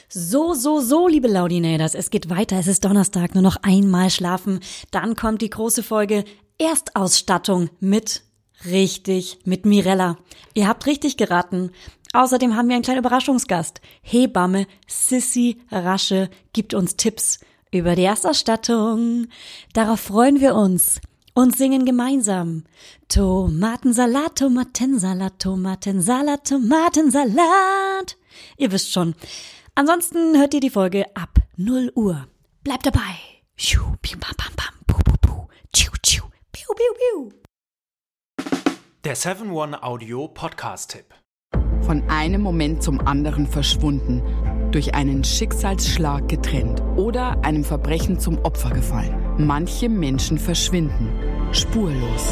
So, liebe Laudinators, es geht weiter. Es ist Donnerstag, nur noch einmal schlafen. Dann kommt die große Folge Erstausstattung mit Mirella. Ihr habt richtig geraten. Außerdem haben wir einen kleinen Überraschungsgast. Hebamme Sissi Rasche gibt uns Tipps über die Erstausstattung. Darauf freuen wir uns und singen gemeinsam. Tomatensalat, Tomatensalat, Tomatensalat, Tomatensalat. Ihr wisst schon. Ansonsten hört ihr die Folge ab 0 Uhr. Bleibt dabei. Der 7-One Audio Podcast-Tipp. Von einem Moment zum anderen verschwunden, durch einen Schicksalsschlag getrennt oder einem Verbrechen zum Opfer gefallen. Manche Menschen verschwinden spurlos.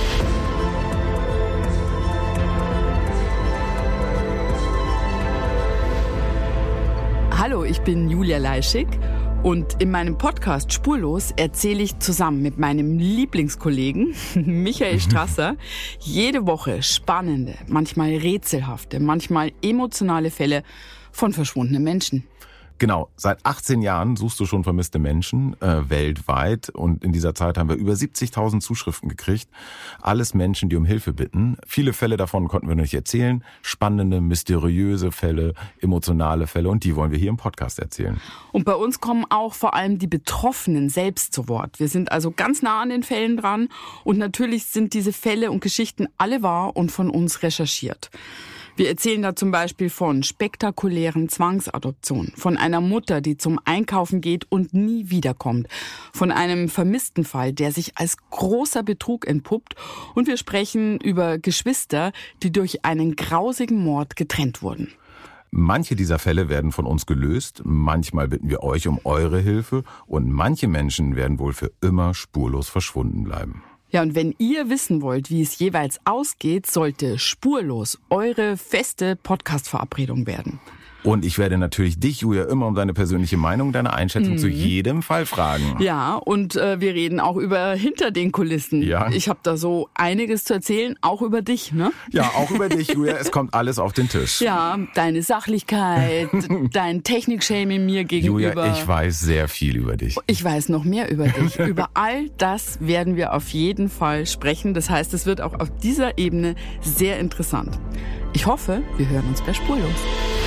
Hallo, ich bin Julia Leischig und in meinem Podcast Spurlos erzähle ich zusammen mit meinem Lieblingskollegen Michael Strasser jede Woche spannende, manchmal rätselhafte, manchmal emotionale Fälle von verschwundenen Menschen. Genau, seit 18 Jahren suchst du schon vermisste Menschen weltweit und in dieser Zeit haben wir über 70.000 Zuschriften gekriegt. Alles Menschen, die um Hilfe bitten. Viele Fälle davon konnten wir noch nicht erzählen. Spannende, mysteriöse Fälle, emotionale Fälle und die wollen wir hier im Podcast erzählen. Und bei uns kommen auch vor allem die Betroffenen selbst zu Wort. Wir sind also ganz nah an den Fällen dran und natürlich sind diese Fälle und Geschichten alle wahr und von uns recherchiert. Wir erzählen da zum Beispiel von spektakulären Zwangsadoptionen, von einer Mutter, die zum Einkaufen geht und nie wiederkommt, von einem vermissten Fall, der sich als großer Betrug entpuppt und wir sprechen über Geschwister, die durch einen grausigen Mord getrennt wurden. Manche dieser Fälle werden von uns gelöst, manchmal bitten wir euch um eure Hilfe und manche Menschen werden wohl für immer spurlos verschwunden bleiben. Ja, und wenn ihr wissen wollt, wie es jeweils ausgeht, sollte Spurlos eure feste Podcast-Verabredung werden. Und ich werde natürlich dich, Julia, immer um deine persönliche Meinung, deine Einschätzung zu jedem Fall fragen. Ja, und wir reden auch über hinter den Kulissen. Ja. Ich habe da so einiges zu erzählen, auch über dich, ne? Ja, auch über dich, Julia. Es kommt alles auf den Tisch. Ja, deine Sachlichkeit, dein Technik-Shaming mir gegenüber. Julia, ich weiß sehr viel über dich. Ich weiß noch mehr über dich. Über all das werden wir auf jeden Fall sprechen. Das heißt, es wird auch auf dieser Ebene sehr interessant. Ich hoffe, wir hören uns bei Spurlos.